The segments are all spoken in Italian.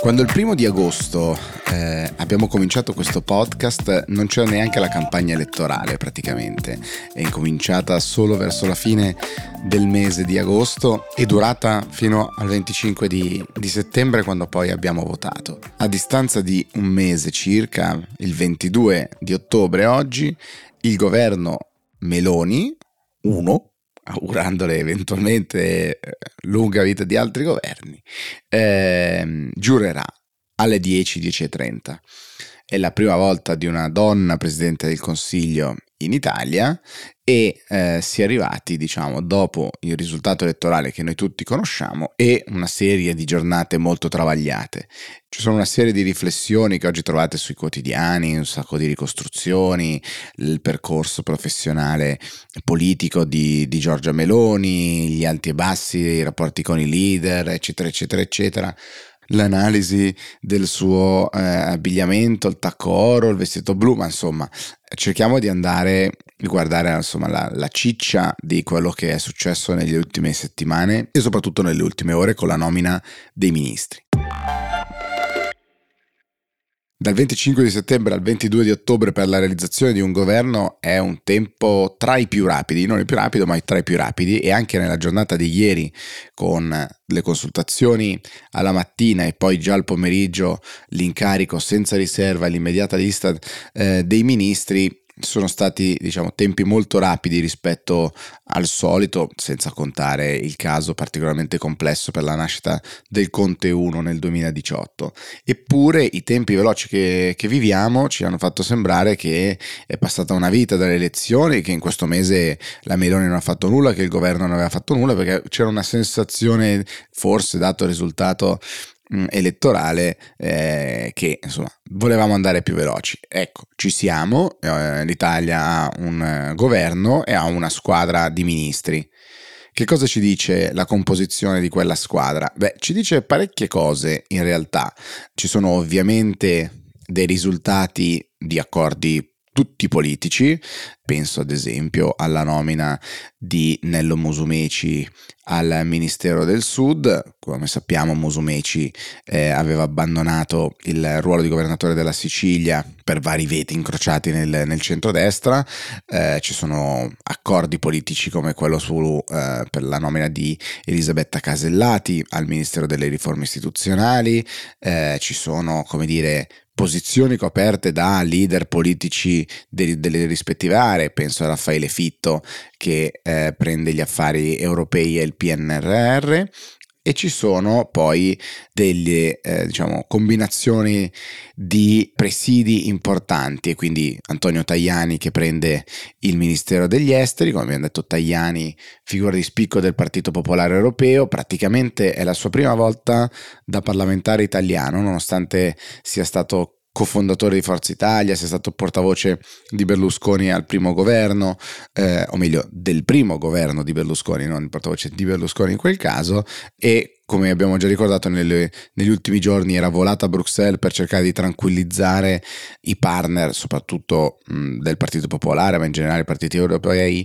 Quando il 1 agosto abbiamo cominciato questo podcast non c'era neanche la campagna elettorale praticamente, è incominciata solo verso la fine del mese di agosto e durata fino al 25 di settembre, quando poi abbiamo votato. A distanza di un mese circa, il 22 di ottobre oggi, il governo Meloni 1, augurandole eventualmente lunga vita di altri governi, giurerà alle 10:30. È la prima volta di una donna presidente del Consiglio in Italia e si è arrivati, dopo il risultato elettorale che noi tutti conosciamo e una serie di giornate molto travagliate. Ci sono una serie di riflessioni che oggi trovate sui quotidiani, un sacco di ricostruzioni, il percorso professionale politico di Giorgia Meloni, gli alti e bassi, i rapporti con i leader, eccetera, eccetera, eccetera. L'analisi del suo abbigliamento, il tacco oro, il vestito blu, ma insomma cerchiamo di andare a guardare la ciccia di quello che è successo nelle ultime settimane e soprattutto nelle ultime ore con la nomina dei ministri. Dal 25 di settembre al 22 di ottobre per la realizzazione di un governo è un tempo tra i più rapidi, non il più rapido ma tra i più rapidi, e anche nella giornata di ieri con le consultazioni alla mattina e poi già al pomeriggio l'incarico senza riserva e l'immediata lista dei ministri sono stati tempi molto rapidi rispetto al solito, senza contare il caso particolarmente complesso per la nascita del Conte 1 nel 2018. Eppure i tempi veloci che viviamo ci hanno fatto sembrare che è passata una vita dalle elezioni, che in questo mese la Meloni non ha fatto nulla, che il governo non aveva fatto nulla, perché c'era una sensazione, forse dato il risultato elettorale, che volevamo andare più veloci. Ecco, ci siamo, l'Italia ha un governo e ha una squadra di ministri. Che cosa ci dice la composizione di quella squadra? Beh, ci dice parecchie cose in realtà. Ci sono ovviamente dei risultati di accordi tutti politici, penso ad esempio alla nomina di Nello Musumeci al Ministero del Sud. Come sappiamo Musumeci aveva abbandonato il ruolo di governatore della Sicilia per vari veti incrociati nel centrodestra. Ci sono accordi politici come quello per la nomina di Elisabetta Casellati al Ministero delle Riforme Istituzionali. Ci sono, posizioni coperte da leader politici delle rispettive aree, penso a Raffaele Fitto che prende gli affari europei e il PNRR, e ci sono poi delle combinazioni di presidi importanti, e quindi Antonio Tajani che prende il Ministero degli Esteri, come abbiamo detto Tajani figura di spicco del Partito Popolare Europeo, praticamente è la sua prima volta da parlamentare italiano, nonostante sia stato cofondatore di Forza Italia, sia stato portavoce di Berlusconi al primo governo, o meglio del primo governo di Berlusconi, non il portavoce di Berlusconi in quel caso, e come abbiamo già ricordato negli ultimi giorni era volato a Bruxelles per cercare di tranquillizzare i partner, soprattutto del Partito Popolare, ma in generale i partiti europei,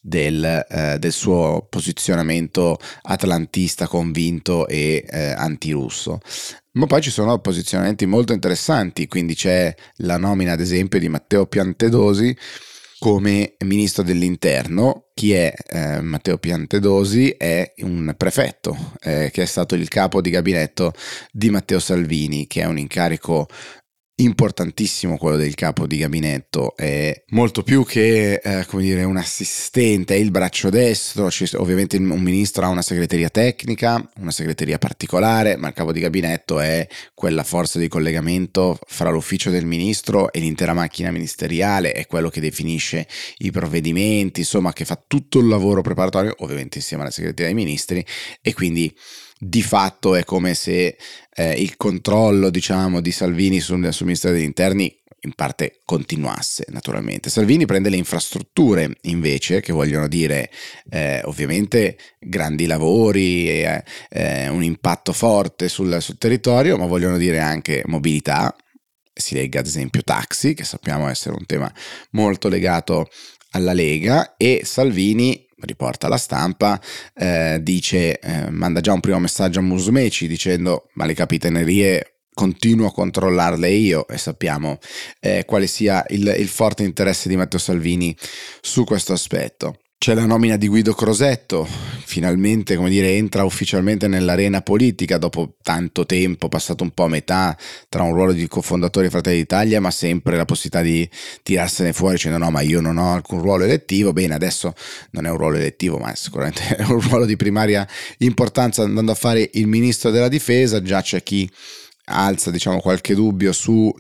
del suo posizionamento atlantista convinto e antirusso. Ma poi ci sono posizionamenti molto interessanti, quindi c'è la nomina ad esempio di Matteo Piantedosi come ministro dell'interno. Chi è Matteo Piantedosi? È un prefetto che è stato il capo di gabinetto di Matteo Salvini, che è un incarico importantissimo. Quello del capo di gabinetto è molto più che un assistente, è il braccio destro. Ovviamente un ministro ha una segreteria tecnica, una segreteria particolare, ma il capo di gabinetto è quella forza di collegamento fra l'ufficio del ministro e l'intera macchina ministeriale, è quello che definisce i provvedimenti, insomma che fa tutto il lavoro preparatorio, ovviamente insieme alla segreteria dei ministri, e quindi di fatto è come se il controllo di Salvini sul Ministero degli Interni in parte continuasse. Naturalmente Salvini prende le infrastrutture invece, che vogliono dire ovviamente grandi lavori, un impatto forte sul territorio, ma vogliono dire anche mobilità. Si legga ad esempio taxi, che sappiamo essere un tema molto legato alla Lega, e Salvini, riporta la stampa, manda già un primo messaggio a Musumeci dicendo: ma le capitanerie continuo a controllarle io, e sappiamo quale sia il forte interesse di Matteo Salvini su questo aspetto. C'è la nomina di Guido Crosetto, finalmente, come dire, entra ufficialmente nell'arena politica dopo tanto tempo, passato un po' a metà tra un ruolo di cofondatore di Fratelli d'Italia, ma sempre la possibilità di tirarsene fuori dicendo no, ma io non ho alcun ruolo elettivo. Bene, adesso non è un ruolo elettivo, ma sicuramente è un ruolo di primaria importanza, andando a fare il ministro della difesa. Già c'è chi alza, diciamo, qualche dubbio su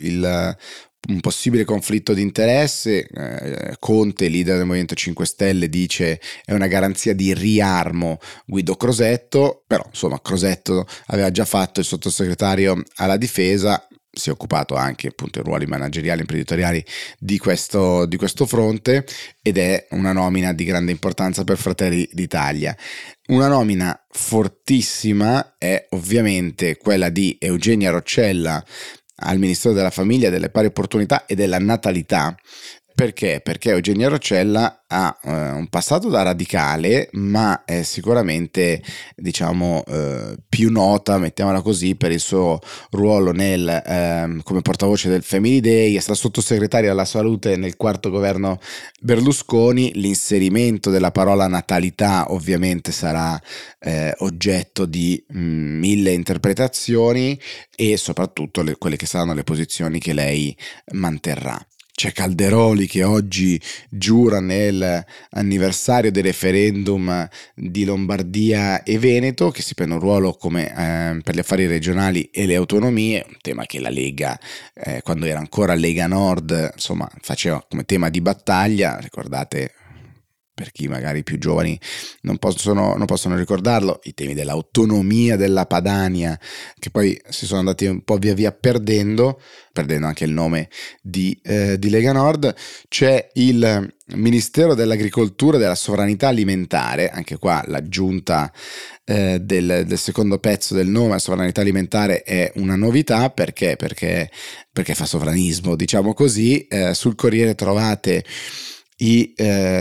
un possibile conflitto di interesse. Conte, leader del Movimento 5 Stelle, dice è una garanzia di riarmo Guido Crosetto, però insomma Crosetto aveva già fatto il sottosegretario alla difesa, si è occupato anche appunto di ruoli manageriali e imprenditoriali di questo fronte, ed è una nomina di grande importanza per Fratelli d'Italia. Una nomina fortissima è ovviamente quella di Eugenia Roccella al Ministero della Famiglia, delle Pari Opportunità e della Natalità. Perché? Perché Eugenia Roccella ha un passato da radicale, ma è sicuramente, diciamo, più nota, mettiamola così, per il suo ruolo come portavoce del Family Day. È stata sottosegretaria alla salute nel quarto governo Berlusconi. L'inserimento della parola natalità ovviamente sarà oggetto di 1000 interpretazioni, e soprattutto quelle che saranno le posizioni che lei manterrà. C'è Calderoli che oggi giura nell'anniversario del referendum di Lombardia e Veneto, che si prende un ruolo come per gli affari regionali e le autonomie, un tema che la Lega, quando era ancora Lega Nord, insomma, faceva come tema di battaglia. Ricordate, per chi magari più giovani non possono ricordarlo, i temi dell'autonomia della Padania, che poi si sono andati un po' via via perdendo anche il nome di Lega Nord. C'è il Ministero dell'Agricoltura e della Sovranità Alimentare, anche qua l'aggiunta del secondo pezzo del nome, la sovranità alimentare, è una novità perché fa sovranismo, diciamo così. Sul Corriere trovate i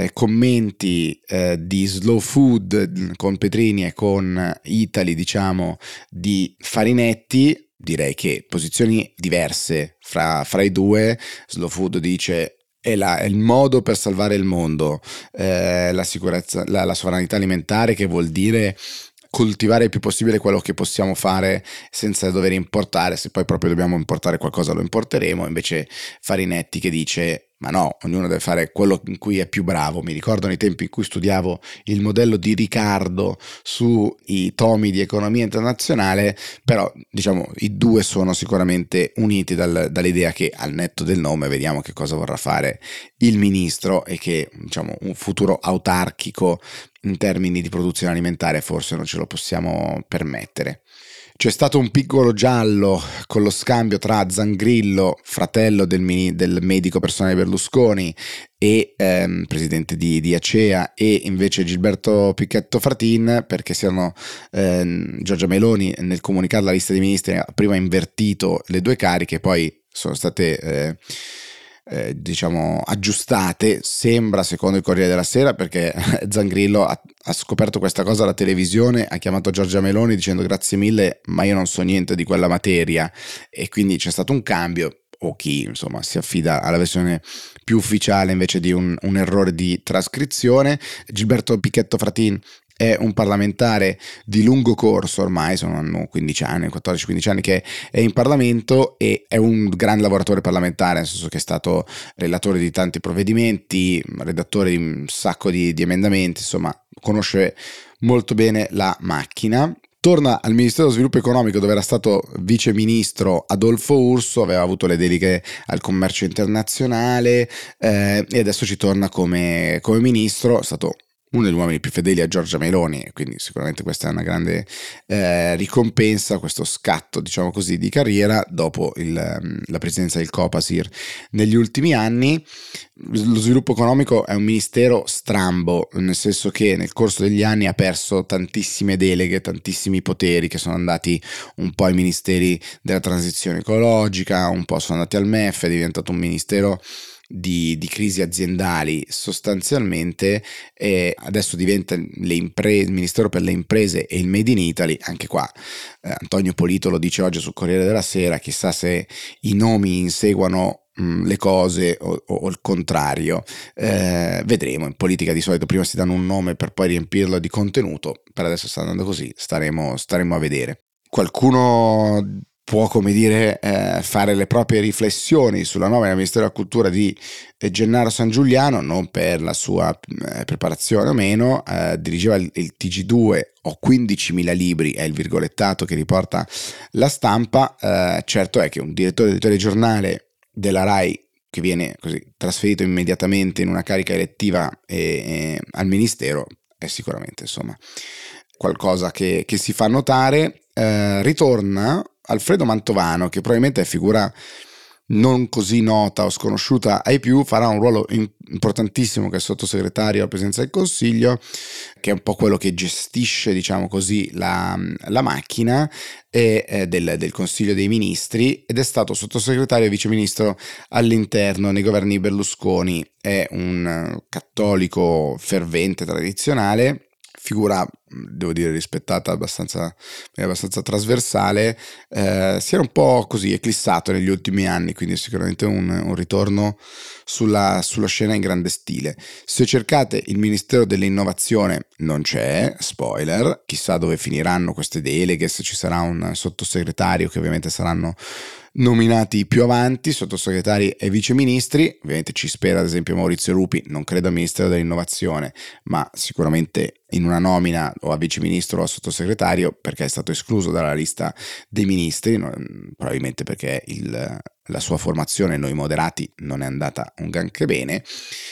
commenti di Slow Food con Petrini e con Italy, diciamo, di Farinetti. Direi che posizioni diverse fra i due. Slow Food dice è il modo per salvare il mondo, la sicurezza, la sovranità alimentare, che vuol dire coltivare il più possibile quello che possiamo fare senza dover importare. Se poi proprio dobbiamo importare qualcosa lo importeremo. Invece Farinetti che dice ma no, ognuno deve fare quello in cui è più bravo. Mi ricordo nei tempi in cui studiavo il modello di Riccardo sui tomi di economia internazionale, però diciamo i due sono sicuramente uniti dall'idea che, al netto del nome, vediamo che cosa vorrà fare il ministro, e che, diciamo, un futuro autarchico in termini di produzione alimentare forse non ce lo possiamo permettere. C'è stato un piccolo giallo con lo scambio tra Zangrillo, fratello del medico personale Berlusconi e presidente di Acea, e invece Gilberto Pichetto Fratin, perché Giorgia Meloni nel comunicare la lista dei ministri ha prima invertito le due cariche, poi sono state diciamo aggiustate, sembra, secondo il Corriere della Sera, perché Zangrillo ha scoperto questa cosa alla televisione, ha chiamato Giorgia Meloni dicendo grazie mille, ma io non so niente di quella materia, e quindi c'è stato un cambio, o chi insomma si affida alla versione più ufficiale invece di un errore di trascrizione. Gilberto Pichetto Fratin è un parlamentare di lungo corso, ormai sono 15 anni, 14-15 anni che è in Parlamento, e è un gran lavoratore parlamentare, nel senso che è stato relatore di tanti provvedimenti, redattore di un sacco di emendamenti, insomma conosce molto bene la macchina. Torna al Ministero dello Sviluppo Economico, dove era stato vice ministro Adolfo Urso, aveva avuto le deleghe al commercio internazionale, e adesso ci torna come ministro. È stato uno degli uomini più fedeli a Giorgia Meloni, e quindi sicuramente questa è una grande ricompensa, questo scatto, diciamo così, di carriera dopo la presidenza del Copasir negli ultimi anni. Lo sviluppo economico è un ministero strambo, nel senso che nel corso degli anni ha perso tantissime deleghe, tantissimi poteri, che sono andati un po' ai ministeri della transizione ecologica, un po' sono andati al MEF, è diventato un ministero di crisi aziendali sostanzialmente, e adesso diventa il Ministero per le imprese e il Made in Italy. Anche qua Antonio Polito lo dice oggi sul Corriere della Sera, chissà se i nomi inseguono le cose o il contrario. Vedremo. In politica di solito prima si danno un nome per poi riempirlo di contenuto, per adesso sta andando così, staremo a vedere. Qualcuno può, come dire, fare le proprie riflessioni sulla nomina del Ministero della Cultura di Gennaro San Giuliano, non per la sua preparazione o meno. Dirigeva il TG2, ho 15.000 libri, è il virgolettato che riporta La Stampa. Certo è che un direttore del telegiornale della RAI, che viene così trasferito immediatamente in una carica elettiva al Ministero, è sicuramente, insomma, qualcosa che si fa notare. Ritorna Alfredo Mantovano, che probabilmente è figura non così nota o sconosciuta ai più, farà un ruolo importantissimo, che è sottosegretario alla Presidenza del Consiglio, che è un po' quello che gestisce, diciamo così, la macchina del Consiglio dei Ministri, ed è stato sottosegretario e viceministro all'interno nei governi Berlusconi. È un cattolico fervente, tradizionale, figura, devo dire, rispettata, abbastanza trasversale. Si era un po' così eclissato negli ultimi anni, quindi sicuramente un ritorno sulla scena in grande stile. Se cercate il Ministero dell'Innovazione non c'è, spoiler, chissà dove finiranno queste deleghe, se ci sarà un sottosegretario, che ovviamente saranno nominati più avanti, sottosegretari e viceministri. Ovviamente ci spera ad esempio Maurizio Lupi, non credo al Ministero dell'Innovazione, ma sicuramente in una nomina o a viceministro o a sottosegretario, perché è stato escluso dalla lista dei ministri, probabilmente perché la sua formazione, noi moderati, non è andata un granché bene.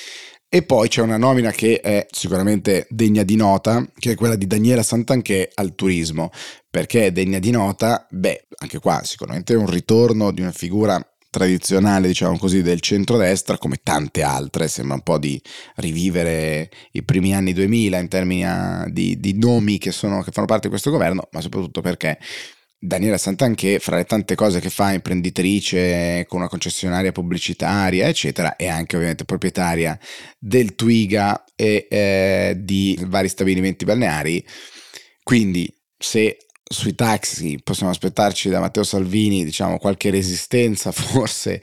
E poi c'è una nomina che è sicuramente degna di nota, che è quella di Daniela Santanchè al turismo. Perché è degna di nota? Beh, anche qua sicuramente è un ritorno di una figura tradizionale, diciamo così, del centrodestra, come tante altre. Sembra un po' di rivivere i primi anni 2000 in termini di nomi che fanno parte di questo governo, ma soprattutto perché Daniela Santanchè, fra le tante cose che fa, imprenditrice con una concessionaria pubblicitaria, eccetera, è anche ovviamente proprietaria del Twiga e di vari stabilimenti balneari. Quindi, se sui taxi possiamo aspettarci da Matteo Salvini, diciamo, qualche resistenza forse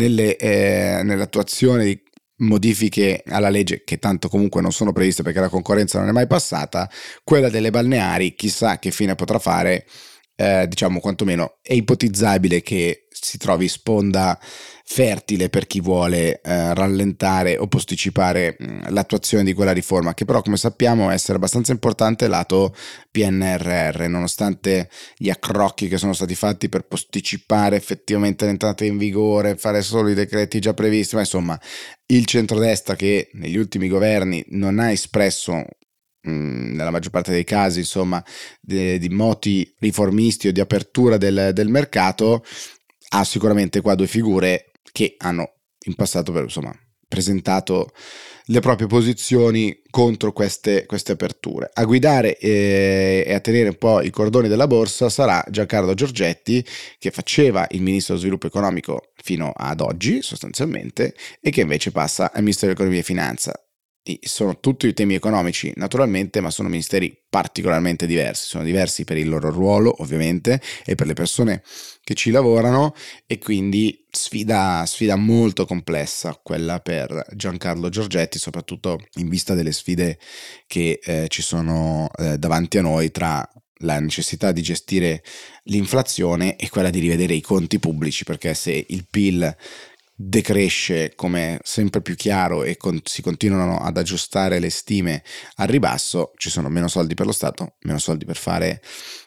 nell'attuazione di modifiche alla legge, che tanto comunque non sono previste perché la concorrenza non è mai passata, quella delle balneari chissà che fine potrà fare. Diciamo, quantomeno è ipotizzabile che si trovi sponda fertile per chi vuole rallentare o posticipare l'attuazione di quella riforma, che però, come sappiamo, essere abbastanza importante lato PNRR, nonostante gli accrocchi che sono stati fatti per posticipare effettivamente l'entrata in vigore, fare solo i decreti già previsti. Ma insomma, il centrodestra, che negli ultimi governi non ha espresso nella maggior parte dei casi, insomma, di moti riformisti o di apertura del mercato, ha sicuramente qua due figure che hanno in passato presentato le proprie posizioni contro queste aperture. A guidare e a tenere un po' i cordoni della borsa sarà Giancarlo Giorgetti, che faceva il ministro dello sviluppo economico fino ad oggi sostanzialmente, e che invece passa al Ministero dell'Economia e Finanza. Sono tutti i temi economici, naturalmente, ma sono ministeri particolarmente diversi. Sono diversi per il loro ruolo, ovviamente, e per le persone che ci lavorano, e quindi sfida molto complessa quella per Giancarlo Giorgetti, soprattutto in vista delle sfide che ci sono davanti a noi, tra la necessità di gestire l'inflazione e quella di rivedere i conti pubblici, perché se il PIL decresce, come sempre più chiaro, e si continuano ad aggiustare le stime al ribasso, ci sono meno soldi per lo Stato, meno soldi per fare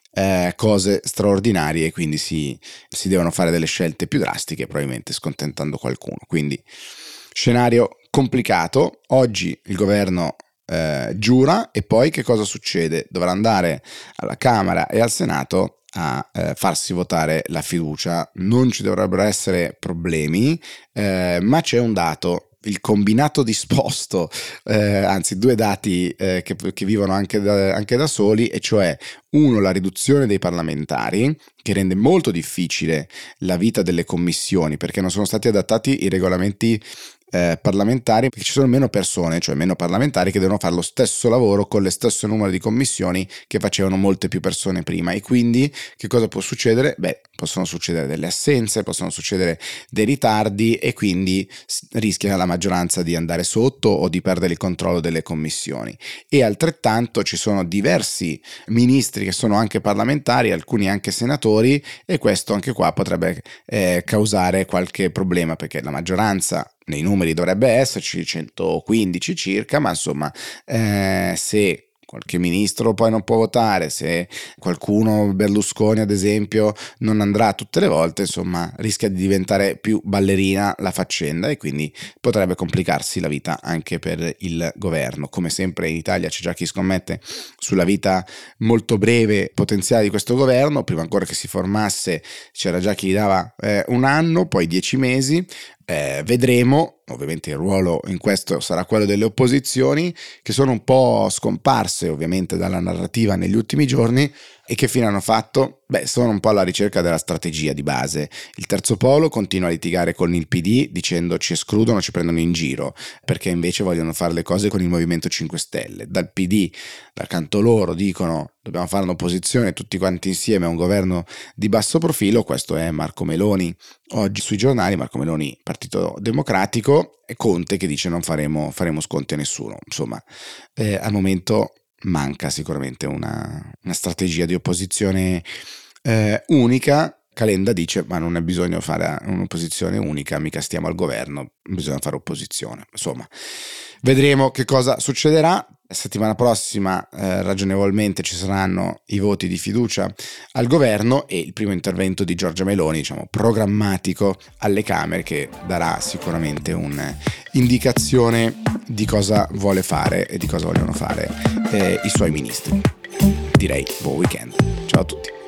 cose straordinarie, e quindi si devono fare delle scelte più drastiche, probabilmente scontentando qualcuno. Quindi scenario complicato. Oggi il governo giura, e poi che cosa succede? Dovrà andare alla Camera e al Senato a farsi votare la fiducia. Non ci dovrebbero essere problemi, ma c'è un dato: il combinato disposto, anzi due dati che vivono anche da soli, e cioè uno, la riduzione dei parlamentari, che rende molto difficile la vita delle commissioni, perché non sono stati adattati i regolamenti parlamentari, perché ci sono meno persone, cioè meno parlamentari, che devono fare lo stesso lavoro con le stesse numero di commissioni che facevano molte più persone prima. E quindi che cosa può succedere? Beh, possono succedere delle assenze, possono succedere dei ritardi e quindi rischia la maggioranza di andare sotto o di perdere il controllo delle commissioni. E altrettanto ci sono diversi ministri che sono anche parlamentari, alcuni anche senatori, e questo anche qua potrebbe causare qualche problema, perché la maggioranza nei numeri dovrebbe esserci 115 circa, ma insomma se qualche ministro poi non può votare, se qualcuno, Berlusconi ad esempio, non andrà tutte le volte, insomma rischia di diventare più ballerina la faccenda e quindi potrebbe complicarsi la vita anche per il governo. Come sempre in Italia c'è già chi scommette sulla vita molto breve potenziale di questo governo. Prima ancora che si formasse c'era già chi gli dava un anno, poi 10 mesi. Vedremo, ovviamente il ruolo in questo sarà quello delle opposizioni, che sono un po' scomparse ovviamente dalla narrativa negli ultimi giorni. E che fine hanno fatto? Beh, sono un po' alla ricerca della strategia di base. Il terzo polo continua a litigare con il PD dicendo ci escludono, ci prendono in giro, perché invece vogliono fare le cose con il Movimento 5 Stelle. Dal PD, dal canto loro, dicono dobbiamo fare un'opposizione tutti quanti insieme a un governo di basso profilo. Questo è Marco Meloni oggi sui giornali, Marco Meloni Partito Democratico, e Conte che dice non faremo sconti a nessuno. Insomma, al momento manca sicuramente una strategia di opposizione unica. Calenda dice ma non è bisogno fare un'opposizione unica, mica stiamo al governo, bisogna fare opposizione. Insomma, vedremo che cosa succederà. La settimana prossima ragionevolmente ci saranno i voti di fiducia al governo e il primo intervento di Giorgia Meloni, diciamo programmatico, alle Camere, che darà sicuramente un'indicazione di cosa vuole fare e di cosa vogliono fare i suoi ministri. Direi buon weekend. Ciao a tutti.